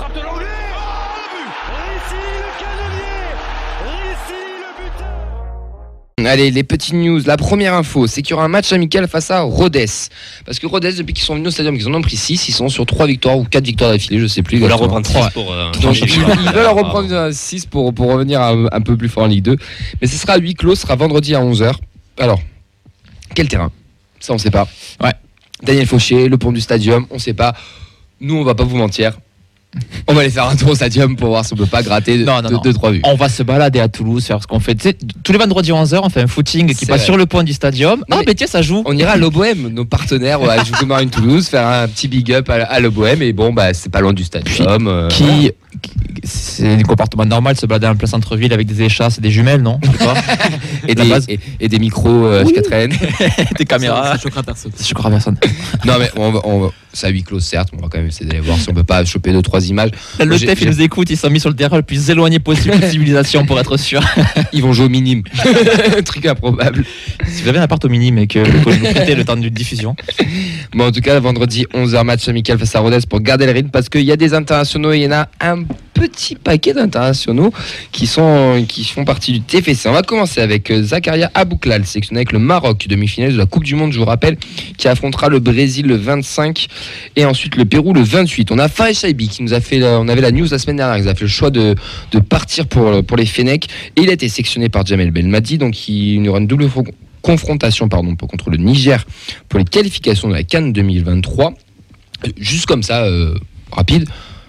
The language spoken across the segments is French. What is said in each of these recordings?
frappe de l'anglais. Rissi le canonnier. Rissi le buteur. Allez, les petites news. La première info, c'est qu'il y aura un match amical face à Rodez. Parce que Rodez, depuis qu'ils sont venus au stadium, ils en ont pris 6. Ils sont sur 3 victoires ou 4 victoires d'affilée, je sais plus. Ils veulent reprendre 6 pour... Donc, ils veulent en reprendre 6 pour revenir un peu plus fort en Ligue 2. Mais ce sera à huis clos, ce sera vendredi à 11h. Alors, quel terrain ? Ça, on sait pas. Ouais. Daniel Fauché, le pont du stadium, on sait pas. Nous, on va pas vous mentir. On va aller faire un tour au stadium pour voir si on peut pas gratter 2-3 vues. On va se balader à Toulouse, faire ce qu'on fait. Tu sais, tous les vendredis 11h, on fait un footing qui C'est passe vrai. sur le pont du stadium. Non, Mais tiens, ça joue. On ira à l'Oboème, nos partenaires à Jugo Marine Toulouse, faire un petit big up à l'Oboème. Et bon, bah, c'est pas loin du stadium. C'est un comportement normal de se balader en plein centre-ville avec des échasses et des jumelles, non? Je sais pas. et des micros H4N. Des caméras. Ça choquera personne. Ça choquera personne. Non, mais c'est à huis clos, certes. On va quand même essayer d'aller voir si on peut pas choper 2-3 images. Là, le TEF, ils nous écoutent, ils sont mis sur le terrain le plus éloigné possible de la civilisation pour être sûr. Ils vont jouer au minime. Truc improbable. Si vous avez un appart au minime et que vous pouvez nous prêter le temps d'une diffusion. Bon, en tout cas, vendredi 11h, match amical face à Rodez pour garder le rythme parce qu'il y a des internationaux. Il y en a un petit paquet d'internationaux qui font partie du TFC. On va commencer avec Zakaria Abouklal, sélectionné avec le Maroc, demi-finaliste de la Coupe du Monde, je vous rappelle, qui affrontera le Brésil le 25 et ensuite le Pérou le 28. On a Fares Chaibi qui nous a fait, on avait la news la semaine dernière, il a fait le choix de partir pour les Fennecs et il a été sélectionné par Jamel Belmadi, donc il y aura une double confrontation contre le Niger pour les qualifications de la CAN 2023. Juste comme ça, rapide.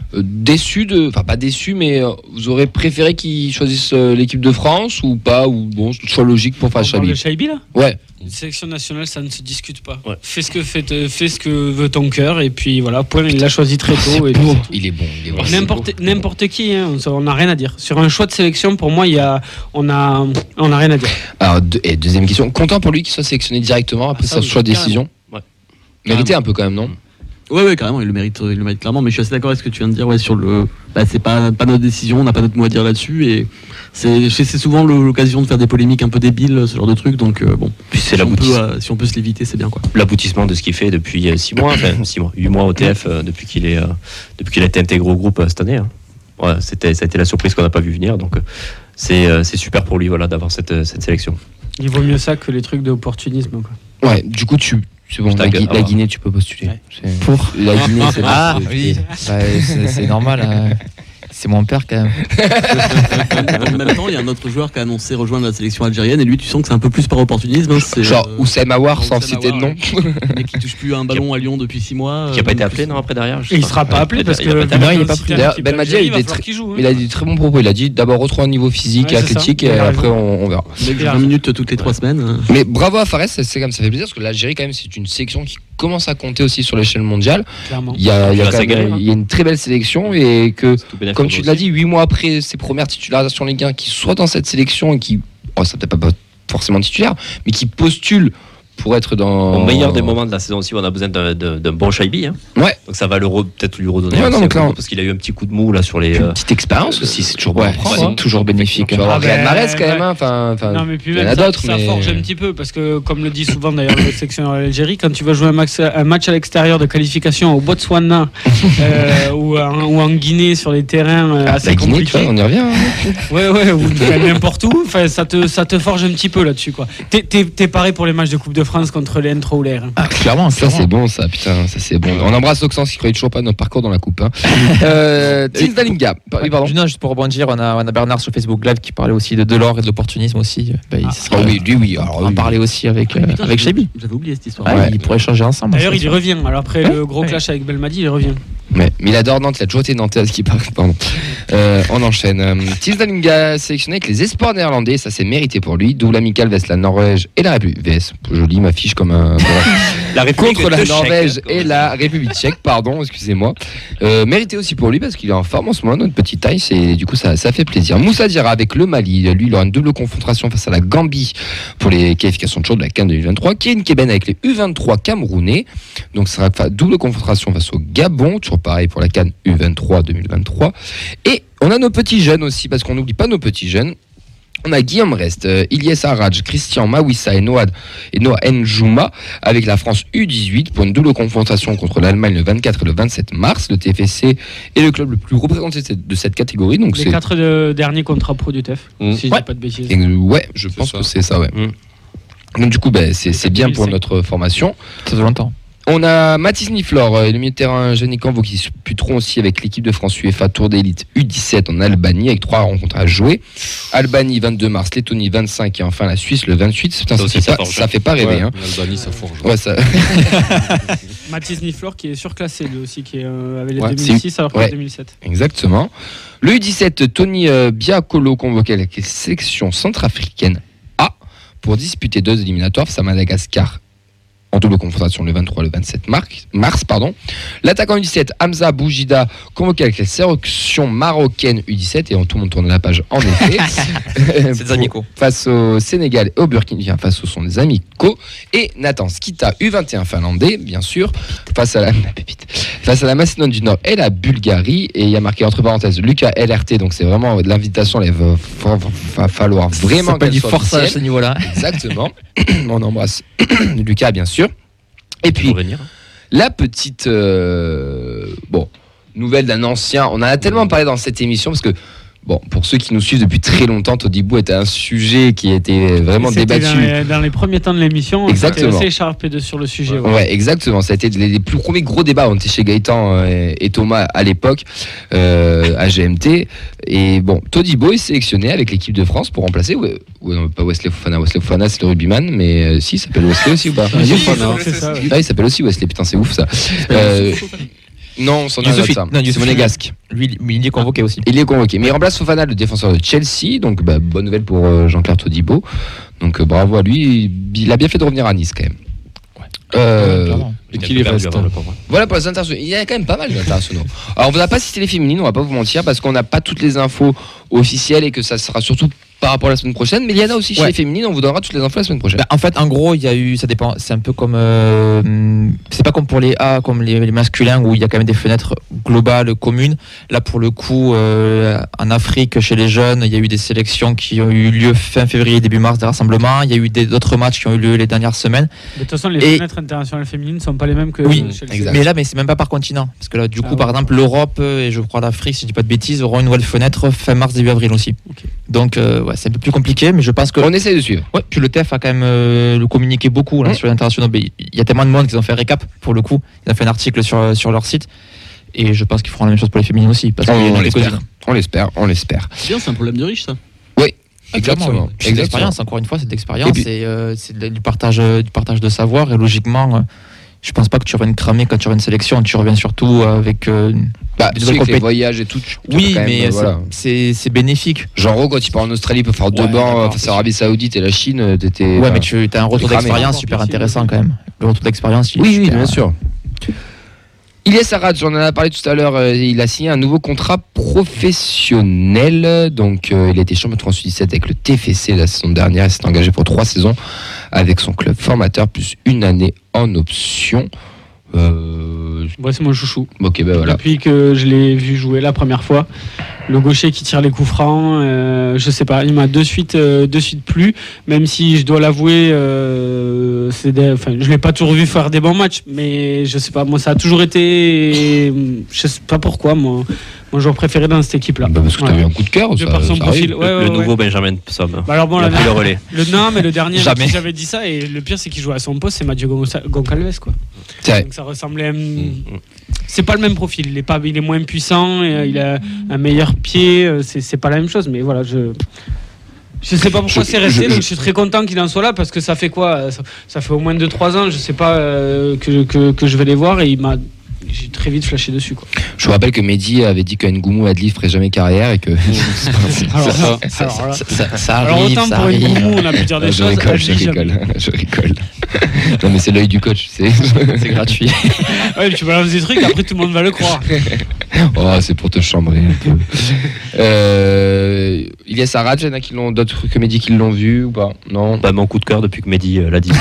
Pas déçu, mais vous aurez préféré qu'ils choisissent l'équipe de France ou pas, ou bon, choix logique pour Fares Chaibi. Le Chaibi là ? Ouais. Une sélection nationale, ça ne se discute pas. Ouais. Fais ce que veut ton cœur et puis voilà. Point. Il l'a choisi très tôt. Et Il est bon. n'importe qui, hein, on n'a rien à dire. Sur un choix de sélection, pour moi, on a rien à dire. Alors deuxième question, content pour lui qu'il soit sélectionné directement après sa choix de décision. Ouais. Mérité un peu quand même, non ? Ouais, carrément, il le mérite clairement. Mais je suis assez d'accord avec ce que tu viens de dire. Ouais, sur le, c'est pas notre décision, on n'a pas notre mot à dire là-dessus. Et c'est souvent l'occasion de faire des polémiques un peu débiles, ce genre de trucs. Donc bon, Puis c'est si on peut se l'éviter, c'est bien quoi. l'aboutissement de ce qu'il fait depuis 8 mois au TF, depuis qu'il a été intégré au groupe cette année. Hein. Voilà, ça a été la surprise qu'on n'a pas vu venir. Donc c'est super pour lui d'avoir cette sélection. Il vaut mieux ça que les trucs d'opportunisme, quoi. Ouais, du coup c'est bon, la Guinée tu peux postuler. Ouais. Pour La Guinée c'est oui. C'est normal. Hein. C'est mon père quand même. En même temps, il y a un autre joueur qui a annoncé rejoindre la sélection algérienne et lui, tu sens que c'est un peu plus par opportunisme. Hein, c'est, genre Oussem Aouar sans Oussem citer de Aouar, nom. Mais qui touche plus un ballon à Lyon depuis 6 mois. Qui n'a pas été appelé, non, après derrière Il sera pas appelé parce que Non, il est pas pris. D'ailleurs, Belmadi, il a dit très bons propos. Il a dit d'abord retrouver un niveau physique et Ouais, c'est athlétique ça. et Il a après raison. on verra. Mec, 20 minutes toutes les 3 semaines. Mais bravo à Fares, c'est comme ça fait plaisir parce que l'Algérie quand même c'est une sélection qui commence à compter aussi sur l'échelle mondiale. clairement. Il y a La quand Saga, même, il y a une très belle sélection et que C'est tout bénéf comme pour tu nous l'as aussi. dit, 8 mois après ses premières titularisations en Ligue 1, qui soit dans cette sélection et qui, ça peut-être pas forcément titulaire, mais qui postule pour être dans... Au meilleur des moments de la saison aussi, on a besoin d'un bon Chaibi. Hein. Ouais. Donc ça va peut-être lui redonner Ouais, aussi non, un peu, clairement. parce qu'il a eu un petit coup de mou là sur les. Une petite expérience aussi, c'est toujours bon. Ouais, à prendre, c'est hein. toujours bénéfique. Tu vas avoir Ah Riyad ben, Mahrez quand même, ouais. hein. Enfin, Non, mais puis il y en même a d'autres, ça mais... forge un petit peu parce que, comme le dit souvent d'ailleurs le sélectionneur de l'Algérie, quand tu vas jouer un match à l'extérieur de qualification au Botswana ou en Guinée sur les terrains assez La Guinée, tu compliqués, vois, on y revient. Hein. ouais, ou n'importe où, ça te forge un petit peu là-dessus, quoi. T'es paré pour les matchs de Coupe de France contre les Entro ou l'air. Ah, clairement, Ça c'est bon, ça, putain, ça c'est bon. On embrasse Auxence qui croyait toujours pas notre parcours dans la coupe. Hein. Tis Dalinga, oui, pardon. Non, juste pour rebondir, on a Bernard sur Facebook Live qui parlait aussi de Delors et de l'opportunisme aussi. Il sera- Ah oui, lui, oui. Alors, on en oui. parlait aussi avec Chaibi. J'avais oublié cette histoire. Ouais, Ouais. ils pourraient échanger ensemble. D'ailleurs, ça, il y ça. revient. Alors après le gros Ouais. clash avec Belmadi, il revient. Mais il adore Nantes, il a toujours été nantais qui parle. Pardon. On enchaîne. Tis Dalinga sélectionné avec les espoirs néerlandais, ça c'est mérité pour lui. Double amical vs la Norvège et la République. VS, joli, m'affiche comme un. La République Contre la de Tchèque, Norvège quoi. et la République tchèque, pardon, excusez-moi. Mérité aussi pour lui parce qu'il est en forme en ce moment, notre petite taille, c'est du coup ça fait plaisir. Moussa Diarra avec le Mali, lui il aura une double confrontation face à la Gambie pour les qualifications de tour de la CAN 2023. Kevin Keben avec les U23 camerounais, donc ça sera double confrontation face au Gabon, toujours pareil pour la CAN U23 2023. Et on a nos petits jeunes aussi parce qu'on n'oublie pas nos petits jeunes. On a Guillaume Rest, Ilyes Arraj, Christian Mawissa et Noah Njouma avec la France U18 pour une double confrontation contre l'Allemagne le 24 et le 27 mars. Le TFC est le club le plus représenté de cette catégorie. Donc les 4 derniers contrats pro du TEF, si je dis pas de bêtises. Ouais, je pense que c'est ça, ouais. Donc du coup, c'est bien pour notre formation. Ça fait longtemps. On a Mathis Niflor, le milieu de terrain Jenny Camvo qui disputeront aussi avec l'équipe de France UEFA Tour d'élite U17 en Albanie avec 3 rencontres à jouer. Albanie 22 mars, Lettonie 25 et enfin la Suisse le 28. Putain, ça fait pas rêver. Ouais, hein. L'Albanie, ça forge. Ouais, ça... Mathis Niflor qui est surclassé lui aussi, qui avait les Ouais, 2006 alors que 2007. Exactement. Le U17, Tony Biakolo convoqué avec la sélection centrafricaine A pour disputer 2 éliminatoires face à Madagascar en double confrontation le 23 et le 27 mars. L'attaquant U17, Hamza Boujida, convoqué avec la sélection marocaine U17, et tout le monde tourne la page en effet. C'est des amicaux. Face au Sénégal et au Burkina Faso sont des amicaux. Et Nathan Skita, U21 finlandais, bien sûr, face à la Macédoine du Nord et la Bulgarie. Et il y a marqué entre parenthèses Lucas LRT, donc c'est vraiment l'invitation, il va falloir vraiment qu'elle soit forçage officielle à ce niveau-là. Exactement. On embrasse Lucas, bien sûr. Et puis, la petite nouvelle d'un ancien. On en a tellement parlé dans cette émission parce que, pour ceux qui nous suivent depuis très longtemps, Todibo était un sujet qui était vraiment débattu. Dans les premiers temps de l'émission, on était assez écharpé sur le sujet. Ouais, exactement. Ça a été les plus premiers gros débats. On était chez Gaëtan et Thomas à l'époque, à GMT. Et Todibo est sélectionné avec l'équipe de France pour remplacer. Non, pas Wesley Fofana. Wesley Fofana, c'est le rugbyman, mais si, il s'appelle Wesley aussi ou pas? C'est ça. Ah, il s'appelle aussi Wesley. Putain, c'est ouf ça. Non, c'est monégasque. Lui, il est convoqué aussi. Il est convoqué. Mais il remplace Fofana, le défenseur de Chelsea. Donc, bonne nouvelle pour Jean-Claire Todibo. Donc, bravo à lui. Il a bien fait de revenir à Nice, quand même. Et qu'il est resté. Voilà pour les internationaux. Il y a quand même pas mal d'internationaux. Alors, on ne va pas citer les féminines, on ne va pas vous mentir, parce qu'on n'a pas toutes les infos officielles et que ça sera surtout par rapport à la semaine prochaine. Mais il y en a aussi chez les féminines, on vous donnera toutes les infos la semaine prochaine. En fait, en gros, il y a eu, ça dépend, c'est un peu comme, c'est pas comme pour les A, comme les masculins, où il y a quand même des fenêtres globales, communes. Là, pour le coup, en Afrique, chez les jeunes, il y a eu des sélections qui ont eu lieu fin février, début mars, des rassemblements. Il y a eu d'autres matchs qui ont eu lieu les dernières semaines. De toute façon, les fenêtres internationales féminines ne sont pas les mêmes que chez les exact. Mais là, c'est même pas par continent. Parce que là, du coup, par exemple, l'Europe et je crois l'Afrique, si je dis pas de bêtises, auront une nouvelle fenêtre fin mars, début avril aussi. Okay. Donc, c'est un peu plus compliqué, mais je pense que. On essaie de suivre. Ouais, puis le TEF a quand même le communiqué beaucoup là, sur l'international. Il y a tellement de monde qu'ils ont fait récap pour le coup. Ils ont fait un article sur leur site. Et je pense qu'ils feront la même chose pour les féminines aussi. Parce on l'espère. Bien, c'est un problème de riche, ça. Oui. Exactement. C'est d'expérience, encore une fois, c'est d'expérience. Et c'est du partage de savoir. Et logiquement, je pense pas que tu reviennes cramé quand tu reviens une sélection. Tu reviens surtout avec les voyages et tout. Oui, mais c'est bénéfique. Genre, quand tu pars en Australie, tu peux faire 2 bancs face à l'Arabie Saoudite et la Chine. Ouais, mais tu as un retour d'expérience super intéressant quand même. Le retour d'expérience, oui, bien sûr. Ilyes Arraj, on en a parlé tout à l'heure, il a signé un nouveau contrat professionnel. Donc, il a été champion de France U17 avec le TFC la saison dernière. Il s'est engagé pour 3 saisons avec son club formateur, plus 1 année en option. C'est mon chouchou. Okay, voilà. Depuis que je l'ai vu jouer la première fois, le gaucher qui tire les coups francs, je sais pas, il m'a de suite plu, même si je dois l'avouer, je l'ai pas toujours vu faire des bons matchs, mais je sais pas, moi ça a toujours été, je sais pas pourquoi, mon joueur préféré dans cette équipe-là. Parce que tu as eu un coup de cœur. De par son profil. Le nouveau Benjamin Psaume. Alors il a pris le relais. Mais le dernier, j'avais dit ça, et le pire c'est qu'il jouait à son poste, c'est Mathieu Goncalves, quoi. Donc ça ressemblait à... C'est pas le même profil, il est moins puissant, il a un meilleur pied, c'est pas la même chose, mais voilà, je sais pas pourquoi c'est resté, donc je suis très content qu'il en soit là, parce que ça fait quoi, ça fait au moins 2-3 ans, je sais pas, que je vais les voir, et j'ai très vite flashé dessus, quoi. Je vous rappelle que Mehdi avait dit qu'Ngoumou Adli ferait jamais carrière et que ça arrive. Alors autant pour Ngoumou, on a pu dire des choses. Je rigole. Non, mais c'est l'œil du coach, c'est gratuit. Ouais, tu balances des trucs, après tout le monde va le croire. Oh, c'est pour te chambrer un peu. Ilyes Arraj, il y en a qui l'ont, d'autres que Mehdi qui l'ont vu ou pas? Non. Mon coup de cœur depuis que Mehdi l'a dit.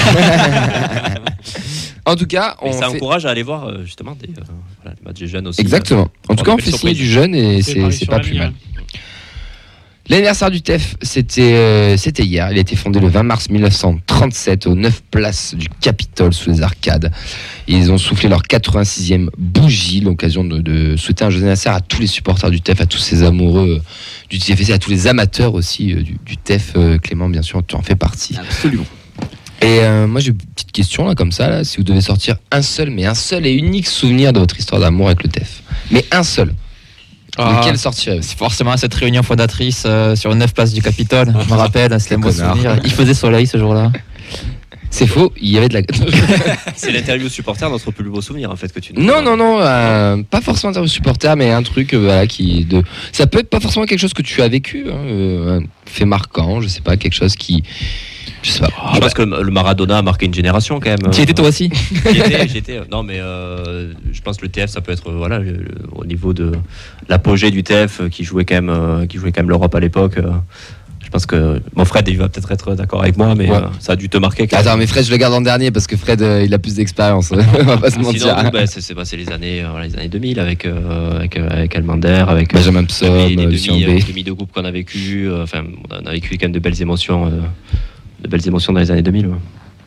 En tout cas, ça encourage à aller voir justement les matchs des jeunes aussi. Exactement. En tout cas, on fait signer du jeune et c'est pas plus mal. L'anniversaire du TEF, c'était hier. Il a été fondé le 20 mars 1937 aux 9 places du Capitole sous les arcades. Ils ont soufflé leur 86e bougie, l'occasion de souhaiter un joyeux anniversaire à tous les supporters du TEF, à tous ces amoureux du TFC, à tous les amateurs aussi du TEF. Clément, bien sûr, tu en fais partie. Absolument. Et moi, j'ai une petite question là, comme ça. Là, si vous devez sortir un seul et unique souvenir de votre histoire d'amour avec le TEF, mais un seul. Lequel sortirait? C'est forcément cette réunion fondatrice sur 9 places du Capitole. Je me rappelle, c'était un beau souvenir. Il faisait soleil ce jour-là. C'est faux, il y avait de la. C'est l'interview supporter, notre plus beau souvenir en fait que tu nous Non, pas forcément interview supporter, mais un truc ça peut être pas forcément quelque chose que tu as vécu, un fait marquant, je sais pas, quelque chose qui. Je sais pas. Je pense que le Maradona a marqué une génération quand même. Tu étais toi aussi? J'étais. Non, mais je pense que le TF, ça peut être au niveau de l'apogée du TF qui jouait quand même l'Europe à l'époque. Je pense que mon Fred, il va peut-être être d'accord avec moi, mais ça a dû te marquer. Attends, mais Fred, je le garde en dernier parce que Fred, il a plus d'expérience. On va pas se mentir. Sinon, c'est les années 2000 avec Almander, avec Benjamin Psaume, les demi de groupe qu'on a vécu. Enfin, on a vécu quand même de belles émotions dans les années 2000. Mehdi ?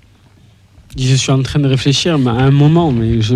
Je suis en train de réfléchir, mais à un moment,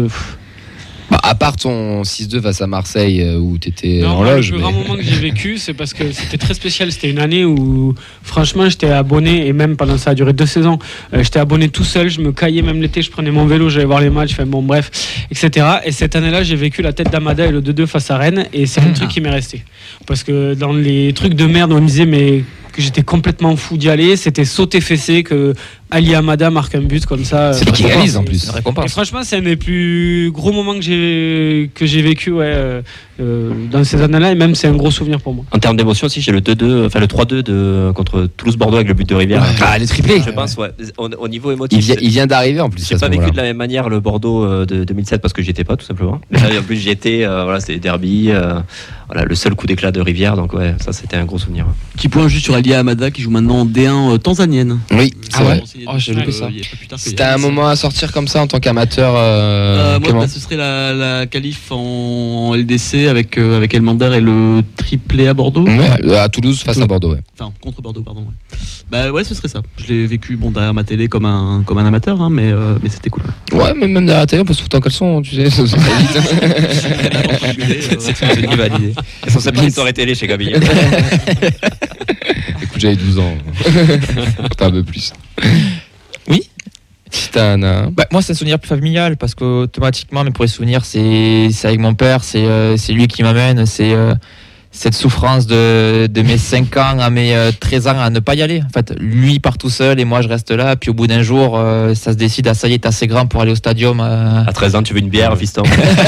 à part ton 6-2 face à Marseille où tu étais en loge. Le grand moment que j'ai vécu, c'est parce que c'était très spécial. C'était une année où, franchement, j'étais abonné, et même pendant ça a duré 2 saisons, j'étais abonné tout seul. Je me caillais même l'été, je prenais mon vélo, j'allais voir les matchs, etc. Et cette année-là, j'ai vécu la tête d'Amada et le 2-2 face à Rennes, et c'est un truc qui m'est resté. Parce que dans les trucs de merde, on me disait, mais que j'étais complètement fou d'y aller, c'était sauter fessé, que Ali Amada marque un but comme ça. C'est qui réalise en plus. Et franchement, c'est un des plus gros moments que j'ai vécu dans ces années-là, et même c'est un gros souvenir pour moi. En termes d'émotion aussi, j'ai le 2-2, enfin le 3-2 contre Toulouse-Bordeaux avec le but de Rivière. Les triplés. Je pense, au niveau émotif. Il vient d'arriver en plus. J'ai pas vécu de la même manière le Bordeaux de 2007 parce que j'y étais pas tout simplement. Mais en plus j'y étais, c'était derby, le seul coup d'éclat de Rivière, donc ça c'était un gros souvenir. Petit point juste sur Ali Amada qui joue maintenant en D1 tanzanienne. Oui, c'est vrai. J'ai loupé ça. C'était un moment à sortir comme ça en tant qu'amateur. Moi, ce serait la qualif en LDC avec Elmander et le triplé à Bordeaux. À Toulouse face à Bordeaux. Enfin, contre Bordeaux, pardon. Ce serait ça. Je l'ai vécu derrière ma télé comme un amateur, mais c'était cool. Ouais, mais même derrière la télé, on peut se foutre en caleçon, tu sais. C'est une validée. Responsabilité aurait télé chez Gabi. Écoute, j'avais 12 ans. Pas un peu plus. Oui. Titana. Moi, c'est un souvenir plus familial parce qu'automatiquement, mes premiers souvenirs, c'est avec mon père, c'est lui qui m'amène, c'est cette souffrance de mes 5 ans à mes 13 ans à ne pas y aller. En fait, lui part tout seul et moi je reste là. Puis au bout d'un jour, ça se décide, ça y est, t'es assez grand pour aller au stadium. À 13 ans, tu veux une bière, fiston?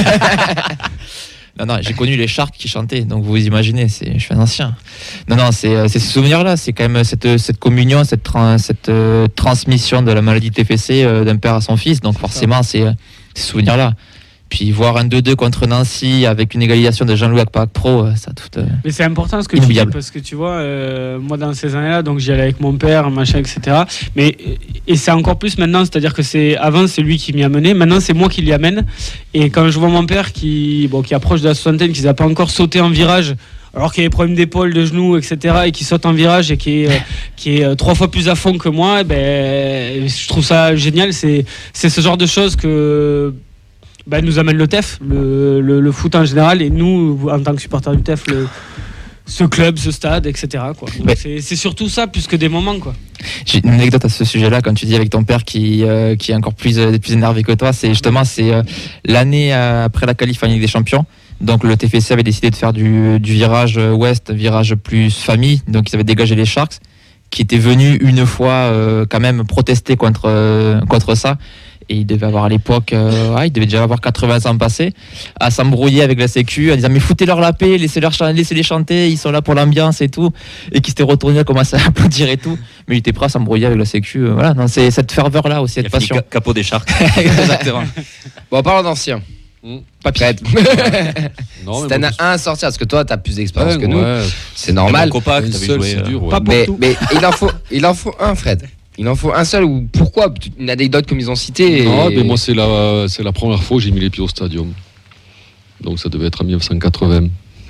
Non, j'ai connu les Sharks qui chantaient, donc vous imaginez, je suis un ancien. C'est ce souvenir-là, c'est quand même cette communion, cette transmission de la maladie TFC d'un père à son fils, donc forcément, c'est ce souvenir-là. Puis voir un 2-2 contre Nancy avec une égalisation de Jean-Louis Akpak Pro, ça tout. Mais c'est important ce que tu dis, parce que tu vois, moi dans ces années-là, donc j'y allais avec mon père, etc. Et c'est encore plus maintenant, c'est-à-dire que avant c'est lui qui m'y amenait, maintenant c'est moi qui l'y amène. Et quand je vois mon père qui approche de la soixantaine, qui n'a pas encore sauté en virage, alors qu'il y a des problèmes d'épaule, de genoux, etc., et qui saute en virage et qui est 3 fois plus à fond que moi, je trouve ça génial. C'est ce genre de choses que nous amène le TEF, le foot en général, et nous, en tant que supporters du TEF, ce club, ce stade, etc. C'est surtout ça, plus que des moments. J'ai une anecdote à ce sujet-là, quand tu dis avec ton père qui est encore plus énervé que toi, c'est l'année après la qualif en Ligue des Champions. Donc le TFC avait décidé de faire du virage ouest, virage plus famille, donc ils avaient dégagé les Sharks, qui étaient venus une fois quand même protester contre ça. Et il devait avoir à l'époque, il devait déjà avoir 80 ans passés, à s'embrouiller avec la Sécu, à dire mais foutez-leur la paix, laissez-les chanter, ils sont là pour l'ambiance et tout, et qui s'était retourné à commencer à applaudir et tout, mais il était prêt à s'embrouiller avec la Sécu. C'est cette ferveur-là aussi, cette passion. Capot des Sharks. Exactement. Bon, parlons d'anciens. Papier. Si t'en as un à sortir, parce que toi t'as plus d'expérience que nous, c'est normal. C'est dur. Mais il en faut un, Fred. Il en faut un seul, ou pourquoi? Une anecdote comme ils ont cité. Mais moi c'est la première fois que j'ai mis les pieds au stadium. Donc ça devait être en 1980.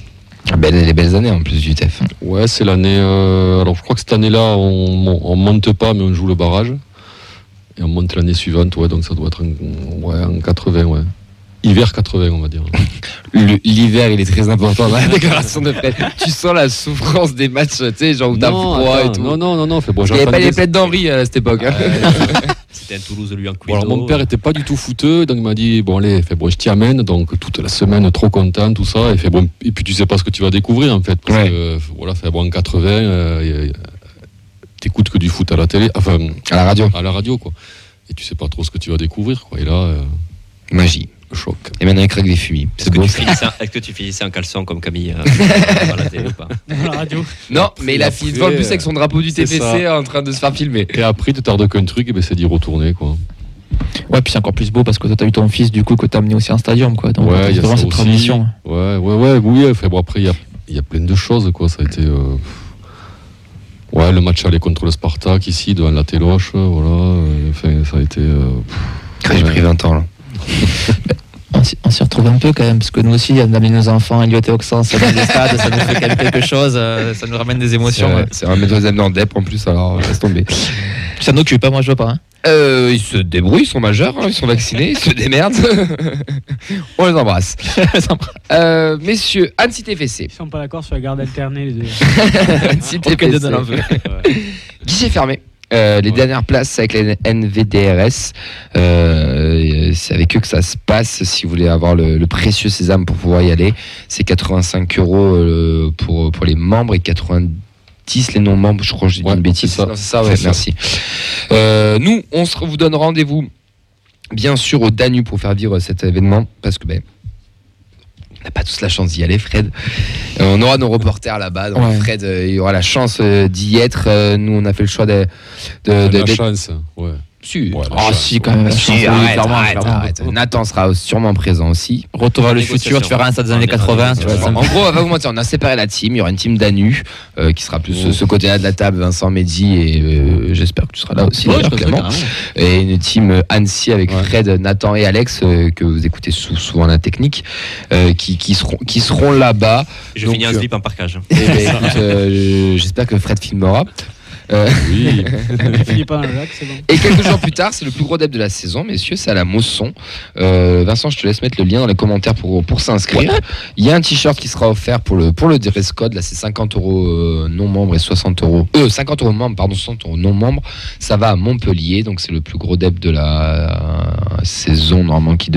Les belles années en plus du TEF. Ouais, c'est l'année. Alors je crois que cette année-là, on monte pas, mais on joue le barrage. Et on monte l'année suivante, ouais, donc ça doit être en 80, ouais. Hiver 80, on va dire. L'hiver, il est très important dans la déclaration de Fred. Tu sens la souffrance des matchs, tu sais, genre où t'as froid et tout. Non. Il n'y avait pas les plaides d'Henri à cette époque. C'était un Toulouse, lui, en cuisot. Bon, alors mon père était pas du tout fouteux, donc il m'a dit bon allez, je t'y amène, donc toute la semaine trop content, tout ça, et puis tu sais pas ce que tu vas découvrir en fait, parce que voilà, en 80, t'écoutes que du foot à la télé, enfin à la radio quoi, et tu sais pas trop ce que tu vas découvrir quoi, et là magie. Choc. Et maintenant il craque des fumis. Est-ce que tu finissais en caleçon comme Camille à la télé ou pas? Dans la radio. Non, mais il a fini devant le bus avec son drapeau du TFC en train de se faire filmer. Et après, tu tardes qu'un truc, et c'est d'y retourner quoi. Ouais, puis c'est encore plus beau parce que toi t'as eu ton fils du coup que t'as amené aussi en stadium quoi. Donc il y a vraiment cette tradition. Oui. Enfin, bon, après il y a plein de choses quoi. Ça a été le match aller contre le Spartak ici devant la Téloche, voilà. Enfin, ça a été. J'ai pris 20 ans là. On s'y retrouve un peu quand même, parce que nous aussi, on a amené nos enfants, Elliot et Oxen, ça donne des stades, ça nous fait quand même quelque chose, ça nous ramène des émotions. C'est vrai, mettre les amis en dep en plus, alors laisse tomber. Ça n'occupe, moi je vois pas. Hein. Ils se débrouillent, ils sont majeurs, ils sont vaccinés, ils se démerdent. On les embrasse. Messieurs, Annecy TFC. Ils sont pas d'accord sur la garde alternée, les deux. Annecy TFC. Guichet fermé. Les dernières places avec les NVDRS, c'est avec eux que ça se passe. Si vous voulez avoir le précieux sésame pour pouvoir y aller, c'est 85 € pour les membres et 90 les non-membres. Je crois que j'ai dit une bêtise. C'est ça, ouais, merci. Nous, vous donne rendez-vous bien sûr au Danube pour faire vivre cet événement, parce que on n'a pas tous la chance d'y aller, Fred. On aura nos reporters là-bas. Donc Fred, il aura la chance d'y être. Nous, on a fait le choix de la chance, ouais. Si, quand même. Arrête. Nathan sera sûrement présent aussi. Retour vers le futur, tu feras un stade des années 80. En gros, on va vous mentir, on a séparé la team. Il y aura une team Danu qui sera plus ce côté-là de la table, Vincent, Mehdi, et j'espère que tu seras là aussi, Clément. Et une team Annecy avec Fred, Nathan et Alex, que vous écoutez souvent la technique, qui seront là-bas. Je finis un slip en parkage. J'espère que Fred filmera. Oui. Pas dans le lac, c'est bon. Et quelques jours plus tard, c'est le plus gros deb de la saison, messieurs, c'est à la Mosson. Vincent, je te laisse mettre le lien dans les commentaires pour s'inscrire. Il y a un t-shirt qui sera offert pour le dress code. Là, c'est 50 € non membres et 60 €. 50 € membres, pardon, 60 € non membres. Ça va à Montpellier, donc c'est le plus gros deb de la saison normalement qui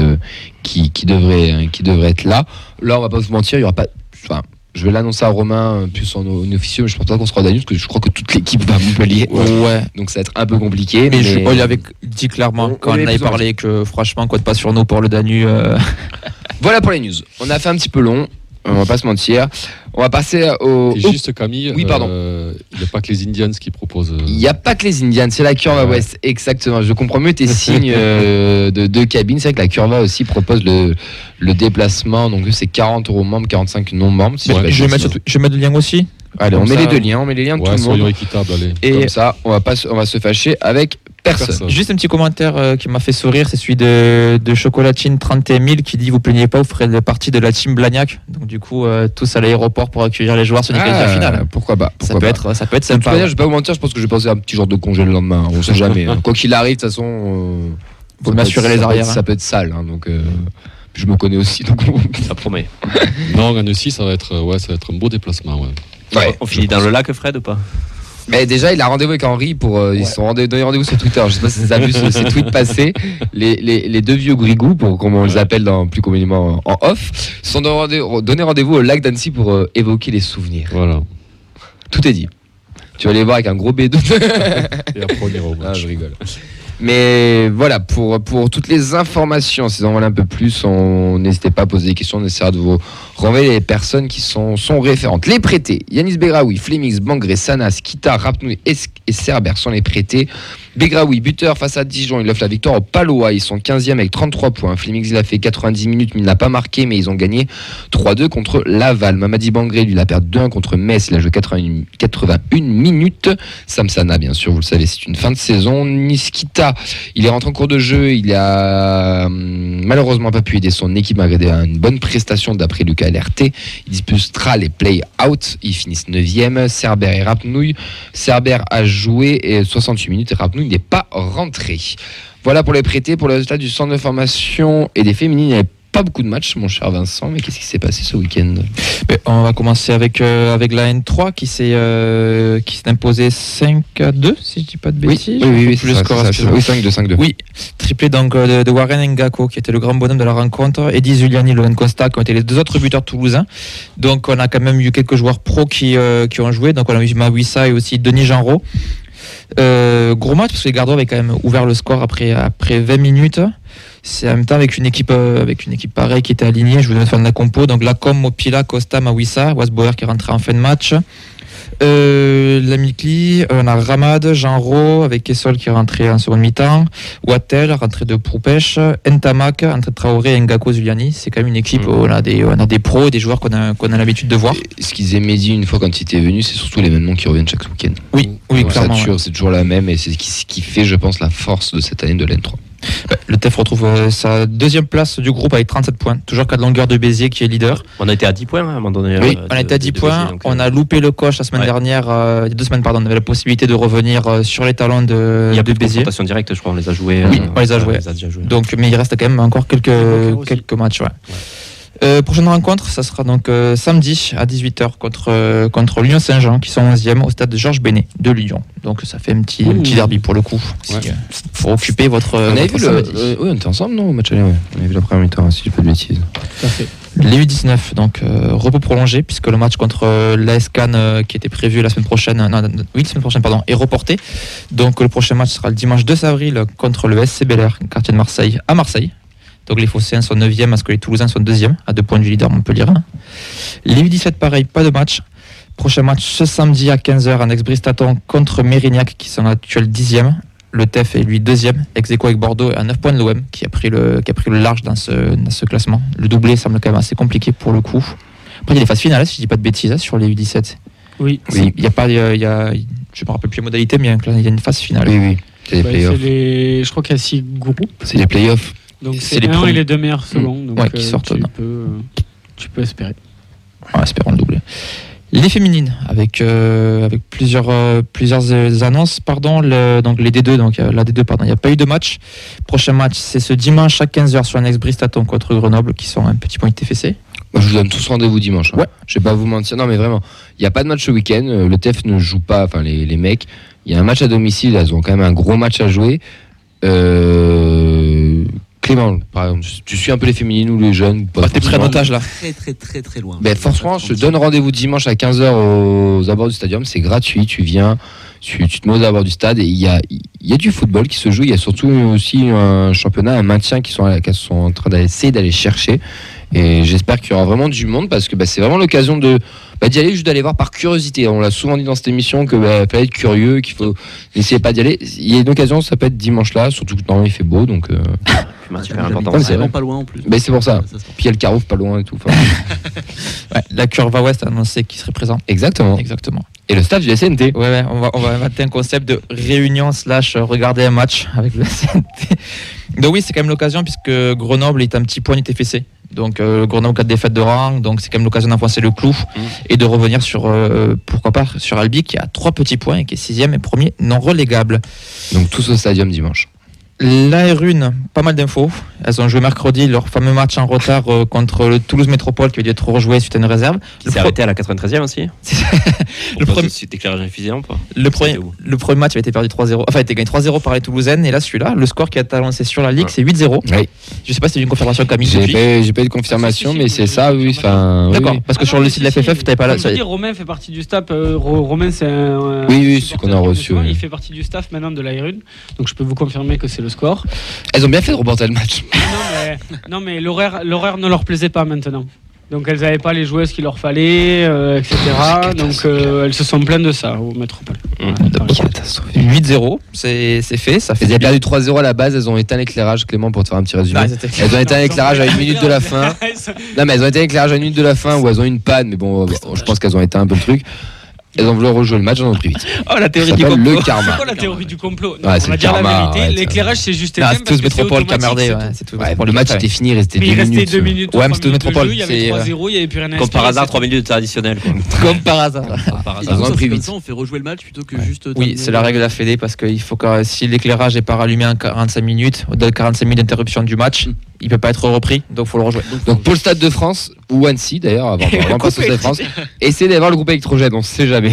devrait être là. Là, on va pas se mentir, il y aura pas. Enfin, je vais l'annoncer à Romain plus en officieux, mais je pense pas qu'on sera au Danube parce que je crois que toute l'équipe va à Montpellier. Ouais. Donc ça va être un peu compliqué. Mais il avait dit clairement quand on avait parlé que franchement, compte pas sur nous pour le Danube. Voilà pour les news. On a fait un petit peu long. On va pas se mentir. On va passer au. Et juste Camille. Oui, pardon. Il n'y a pas que les Indians qui proposent. Il n'y a pas que les Indians, c'est la Curva West, exactement. Je comprends mieux tes signes de cabine. C'est vrai que la Curva aussi propose le déplacement. Donc c'est 40 € membres, 45 non membres. Si je vais mettre le lien aussi. Allez, on met les deux liens, de tout le monde. Soyons équitables, allez. Et comme ça, on va se fâcher avec personne. Juste un petit commentaire qui m'a fait sourire, c'est celui de Chocolatine 31 000 qui dit: vous plaignez pas, vous ferez partie de la team Blagnac. Donc du coup, tous à l'aéroport pour accueillir les joueurs sur les qualifications finales. Pourquoi pas, ça peut être sympa. Je vais pas vous mentir, je pense que je vais passer un petit jour de congé le lendemain. On sait jamais. Quoi qu'il arrive, de toute façon, faut m'assurer les arrières. Ça peut être sale, donc. Je me connais aussi, donc ça promet. Non, Annecy, ça va être un beau déplacement. Ouais. On finit dans le lac, Fred, ou pas? Mais déjà, il a rendez-vous avec Henri ils sont donné rendez-vous sur Twitter. Je sais pas si vous avez vu ces tweets passés. Les deux vieux grigous, comme on les appelle plus communément en off, sont donné rendez-vous au lac d'Annecy pour évoquer les souvenirs. Voilà. Tout est dit. Tu vas les voir avec un gros B2. Et après, on ira au match. Je rigole. Mais voilà, pour toutes les informations, si vous en voulez un peu plus, n'hésitez pas à poser des questions, on essaiera de vous renvoyer les personnes qui sont référentes. Les prêtés, Yanis Begraoui, Flemings, Bangré, Sanas, Kita, Rapnouille et Cerber sont les prêtés. Begraoui, buteur face à Dijon, il offre la victoire aux Palois, ils sont 15e avec 33 points. Flemings, il a fait 90 minutes, mais il n'a pas marqué, mais ils ont gagné 3-2 contre Laval. Mamadi Bangré, lui, il a perdu 2-1 contre Metz, il a joué 81 minutes. Samsana, bien sûr, vous le savez, c'est une fin de saison. Niskita, il est rentré en cours de jeu, il a malheureusement pas pu aider son équipe malgré une bonne prestation d'après Lucas LRT. Il disputera les play-out, ils finissent 9e. Cerber et Rapnouille, Cerber a joué 68 minutes et Rapnouille n'est pas rentré. Voilà pour les prêtés. Pour le résultat du centre de formation et des féminines, il n'y avait pas beaucoup de matchs, mon cher Vincent, mais qu'est-ce qui s'est passé ce week-end? On va commencer avec la N3 qui s'est imposée 5-2, si je dis pas de bêtises. Oui, c'est le score. Oui, 5-2. Oui, triplé donc de Warren Ngako, qui était le grand bonhomme de la rencontre, Eddie Zuliani, Logan Costa, qui ont été les deux autres buteurs toulousains. Donc on a quand même eu quelques joueurs pros qui ont joué. Donc on a eu Mawissa et aussi Denis Genreau. Gros match parce que les gardiens avaient quand même ouvert le score après 20 minutes. C'est en même temps avec une équipe pareille qui était alignée. Je vous donne faire de la compo. Donc Lacombe, Mopila, Costa, Mawissa, Wasbauer qui est rentré en fin de match. Lamikli, on a Ramad, Genreau avec Kessol qui est rentré en seconde mi-temps, Wattel rentré de Proupèche, Ntamak rentré de Traoré et Ngako Zuliani. C'est quand même une équipe où on a des pros et des joueurs qu'on a l'habitude de voir. Et ce qu'ils aimaient dit une fois quand il était venu, c'est surtout les mêmes noms qui reviennent chaque week-end. Oui, clairement. C'est toujours la même et c'est ce qui fait, je pense, la force de cette année de l'N3. Le TEF retrouve sa deuxième place du groupe avec 37 points. Toujours qu'à longueur de Béziers qui est leader. On a été à 10 points à un moment donné. Oui, on a été à 10 points. Béziers, donc, on a loupé le coche la semaine dernière. Il y a 2 semaines, on avait la possibilité de revenir sur les talons de Béziers. Il y a de confrontation directe, je crois. On les a joués. Oui, on les a joués. Donc, mais il reste quand même encore quelques matchs. Prochaine rencontre, ça sera donc samedi à 18h contre Lyon Saint-Jean qui sont 11e au stade de Georges Bénet de Lyon. Donc ça fait un petit derby pour le coup. Faut occuper votre. On avait vu oui, on était ensemble non au match aller. On avait vu la première mi-temps si je dis pas de bêtises. Tout à fait. Les U19, donc repos prolongé puisque le match contre l'AS Cannes qui était prévu la semaine prochaine, est reporté. Donc le prochain match sera le dimanche 2 avril contre le SC Bel Air, quartier de Marseille, à Marseille. Donc les Phocéens sont 9e parce que les Toulousains sont 2e à 2 points du leader Montpellier. Les U17 pareil, pas de match. Prochain match ce samedi à 15h en ex-Bristaton contre Mérignac qui sont actuels 10e. Le TEF est lui 2e, ex-aequo avec Bordeaux à 9 points de l'OM qui a pris le large dans ce classement. Le doublé semble quand même assez compliqué pour le coup. Après il y a les phases finales si je dis pas de bêtises sur les U17. Oui. Il y a pas, je me rappelle plus les modalités mais il y a une phase finale. Oui. C'est les playoffs. Je crois qu'il y a 6 groupes. C'est les playoffs. Donc c'est les 1 et les 2 meilleurs secondes. Donc qui sortent. Tu peux espérer. Espérons le doubler. Les féminines avec plusieurs annonces donc les D2 donc la D2 il n'y a pas eu de match. Prochain match c'est ce dimanche à 15h sur un ex-Bristaton contre Grenoble qui sont un petit point TFC. Moi, je vous donne tous rendez-vous dimanche. Ouais. Je vais pas vous mentir. Non mais vraiment, il n'y a pas de match ce week-end. Le TEF ne joue pas. Enfin les mecs. Il y a un match à domicile. Elles ont quand même un gros match à jouer. Clément, par exemple, tu suis un peu les féminines ou les jeunes? T'es prêt à notage là? Très loin. Franchement, je te donne rendez-vous dimanche à 15h aux abords du stadium. C'est gratuit. Tu viens, tu te mets aux abords du stade et il y a du football qui se joue. Il y a surtout aussi un championnat, un maintien qui sont en train d'essayer d'aller chercher. Et j'espère qu'il y aura vraiment du monde parce que c'est vraiment l'occasion d'y aller, juste d'aller voir par curiosité. On l'a souvent dit dans cette émission que fallait être curieux, qu'il faut n'essayer pas d'y aller. Il y a une occasion, ça peut être dimanche là, surtout que normalement il fait beau, donc. C'est vraiment pas loin en plus. C'est pour ça. Puis il y a le Carouf pas loin et tout. La Curva Ouest a annoncé qu'il serait présent. Exactement. Et le staff du SNT. Ouais, on va inventer un concept de réunion / regarder un match avec le SNT. Donc oui, c'est quand même l'occasion puisque Grenoble est un petit point du TFC. Donc Grenoble 4 défaites de rang, donc c'est quand même l'occasion d'enfoncer le clou et de revenir sur pourquoi pas sur Albi qui a 3 petits points et qui est 6e et premier non relégable. Donc tous au stadium dimanche. L'AR1, pas mal d'infos. Elles ont joué mercredi leur fameux match en retard contre le Toulouse Métropole qui a dû être rejoué suite à une réserve. C'est arrêté à la 93e aussi. Le premier éclairage insuffisant pas. Le premier match avait été perdu 3-0. Enfin, il a été gagné 3-0 par les Toulousaines et là celui-là, le score qui a été annoncé sur la Ligue, c'est 8-0. Oui. Je sais pas si c'est une confirmation Camille. J'ai pas eu de confirmation mais c'est ça oui, d'accord, parce que sur le site de la FFF, tu n'avais pas là. Romain fait partie du staff. Romain c'est un ce qu'on a reçu. Il fait partie du staff maintenant de l'AR1. Donc je peux vous confirmer que c'est le score. Elles ont bien fait de reporter le match. Non mais l'horaire ne leur plaisait pas maintenant. Donc elles n'avaient pas les joueuses qu'il leur fallait, etc. Donc elles se sont plaintes de ça au Métropole. 8-0, c'est fait. Ça fait elles avaient perdu 3-0 à la base, elles ont éteint l'éclairage, Clément, pour te faire un petit résumé. Elles ont éteint l'éclairage à 1 minute de la fin. Non, mais elles ont éteint l'éclairage à 1 minute de la fin où elles ont eu une panne, mais bon, je pense qu'elles ont éteint un peu le truc. Elles ont voulu rejouer le match, elles ont pris vite. Oh, la théorie du complot. Le karma. C'est quoi la théorie du complot? On va dire la vérité. L'éclairage, c'est juste éteint. C'est tous Métropole qui a merdé. Le match était fini, il restait 2 minutes. Il restait 2 minutes. Ouais, mais c'était Métropole. Il y avait 3-0, il n'y avait plus rien à Comme par hasard, 3 minutes additionnelles. Comme par hasard. Ils ont pris vite. On fait rejouer le match plutôt que juste. Oui, c'est la règle de la Fédé parce qu'il faut que si l'éclairage n'est pas rallumé en 45 minutes, au-delà de 45 minutes d'interruption du match, il peut pas être repris, donc faut le rejouer. Donc pour le Stade de France ou Annecy d'ailleurs, avant de passer au Stade de France, essayez d'avoir le groupe électrogène, on sait jamais.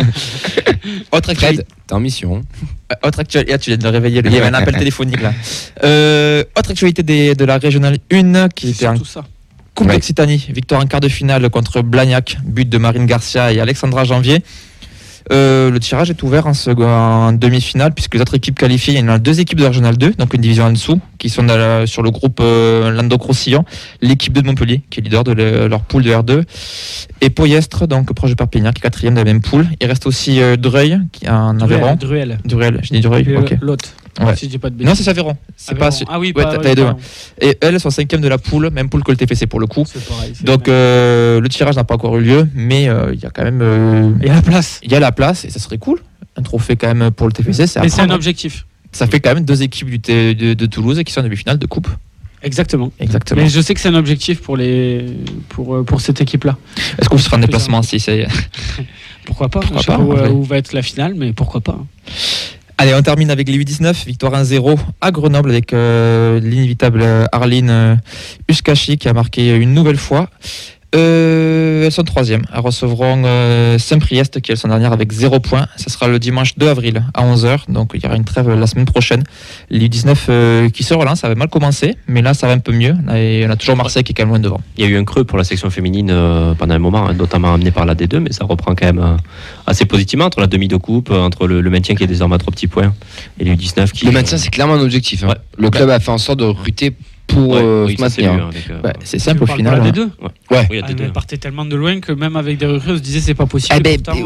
Autre actualité, t'es en mission. Autre actualité, tu viens de le réveiller, il y avait un appel téléphonique là. Autre actualité de la régionale 1 qui était en Coupe d'Occitanie, victoire en quart de finale contre Blagnac, but de Marine Garcia et Alexandra Janvier. Le tirage est ouvert en demi-finale puisque les autres équipes qualifiées, il y en a 2 équipes de la Régionale 2, donc une division en dessous, qui sont sur le groupe Languedoc-Roussillon, l'équipe 2 de Montpellier qui est leader de leur poule de R2, et Poyestre, donc proche de Perpignan, qui est 4e de la même poule. Il reste aussi Dreuil qui est en Aveyron. Druel, j'ai dit Dreuil, ok. L'autre. Ouais. Si je dis pas de bêtises. Non, c'est Aveyron. Ah oui, t'as les deux. Ouais. Et elles sont 5e de la poule, même poule que le TFC pour le coup. C'est pareil. Donc le tirage n'a pas encore eu lieu, mais il y a quand même. Il y a la place. Il y a la place et ça serait cool. Un trophée quand même pour le TFC. Mais c'est un objectif. Ça fait quand même 2 équipes de Toulouse qui sont en demi-finale de coupe. Exactement. Mais je sais que c'est un objectif pour cette équipe-là. Est-ce qu'on fera un déplacement si c'est Pourquoi pas? Je sais pas où va être la finale, mais pourquoi pas. Allez, on termine avec les U19, victoire 1-0 à Grenoble avec l'inévitable Arline Uskashi qui a marqué une nouvelle fois. Elles sont 3e. Elles recevront Saint-Priest qui est son dernière avec 0 points. Ça sera le dimanche 2 avril à 11h. Donc il y aura une trêve la semaine prochaine. Les U19 qui se relancent, ça avait mal commencé, mais là ça va un peu mieux. Et on a toujours Marseille qui est quand même loin devant. Il y a eu un creux pour la section féminine pendant un moment, notamment amené par la D2, mais ça reprend quand même assez positivement entre la demi de coupe, entre le maintien qui est désormais à 3 petits points et les U19 qui. Le maintien, c'est clairement un objectif. Hein. Ouais. Le club a fait en sorte de recruter pour se maintenir. C'est simple au final. Les deux. Ouais. Elle partait tellement de loin que même avec des recrues, on se disait c'est pas possible.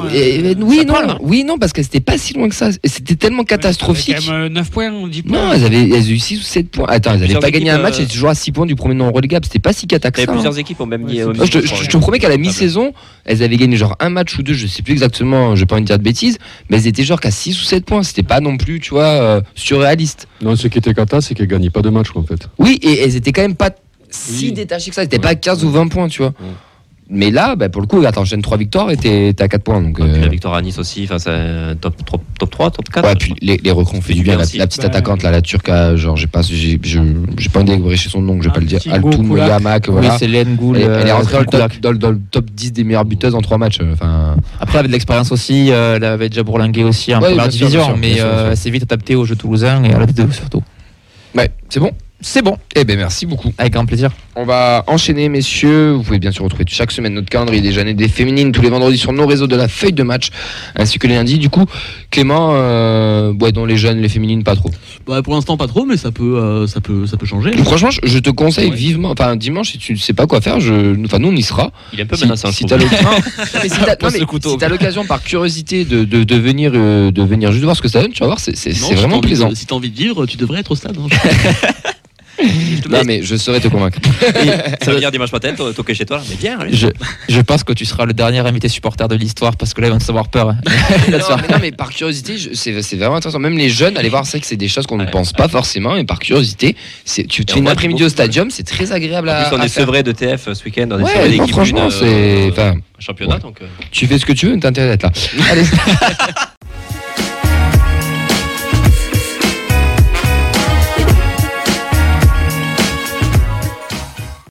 Oui, non, parce que c'était pas si loin que ça. C'était tellement catastrophique. Quand même 9 points, 10 points. Non, elles avaient eu 6 ou 7 points. Attends, elles n'avaient pas gagné un match, elles étaient toujours à 6 points du premier non relégable. C'était pas si catastrophique. Plusieurs équipes ont même mis. Je te promets qu'à la mi-saison, elles avaient gagné genre un match ou 2, je sais plus exactement, je vais pas envie de dire de bêtises, mais elles étaient genre qu'à 6 ou 7 points. C'était pas non plus, tu vois, surréaliste. Non, ce qui était cata, c'est qu'elles gagnaient pas de match en fait. Oui, et elles étaient quand même pas si détachées que ça. Elles étaient pas 15 ou 20 points, tu vois. Mais là, pour le coup, attends, j'enchaîne 3 victoires et t'es à 4 poinns. Donc, puis la victoire à Nice aussi, c'est top 3, top 4. Ouais, puis les recrues ont fait du bien. La petite attaquante, là, la turque, genre, j'ai pas envie de chez son nom, je vais pas le dire. Altoun Moyamak, voilà. Oui, c'est Lengoul. Elle est rentrée dans le top 10 des meilleures buteuses en 3 matchs. Après, avec de l'expérience aussi, elle avait déjà bourlingué aussi en première division, mais elle s'est vite adaptée au jeu toulousain et à la D2 surtout. Ouais, c'est bon. C'est bon. Eh bien, merci beaucoup. Avec grand plaisir. On va enchaîner, messieurs. Vous pouvez bien sûr retrouver chaque semaine notre calendrier des jeunes et des féminines tous les vendredis sur nos réseaux de la feuille de match, ainsi que les lundis. Du coup, Clément, dont les jeunes, les féminines, pas trop. Pour l'instant, pas trop, mais ça peut changer. Franchement, je te conseille vivement. Enfin, dimanche, si tu ne sais pas quoi faire, nous, on y sera. Il est un peu menaçant. Si tu as l'occasion, par curiosité, de venir juste voir ce que ça donne, tu vas voir, c'est vraiment plaisant. Si tu as envie de vivre, tu devrais être au stade. Non, mais je saurais te convaincre. Ça veut dire dimanche matin, toquer chez toi, mais bien. Je pense que tu seras le dernier invité supporter de l'histoire parce que là, ils vont te savoir peur. Non, mais par curiosité, c'est vraiment intéressant. Même les jeunes, allez voir, c'est que c'est des choses qu'on ne pense pas forcément, et par curiosité, tu fais une après-midi au stadium, c'est très agréable à faire. En plus, on est sevré de TF ce week-end, on est sevré d'équipe. Franchement, c'est championnat. Donc, tu fais ce que tu veux, t'as intérêt d'être là. Allez.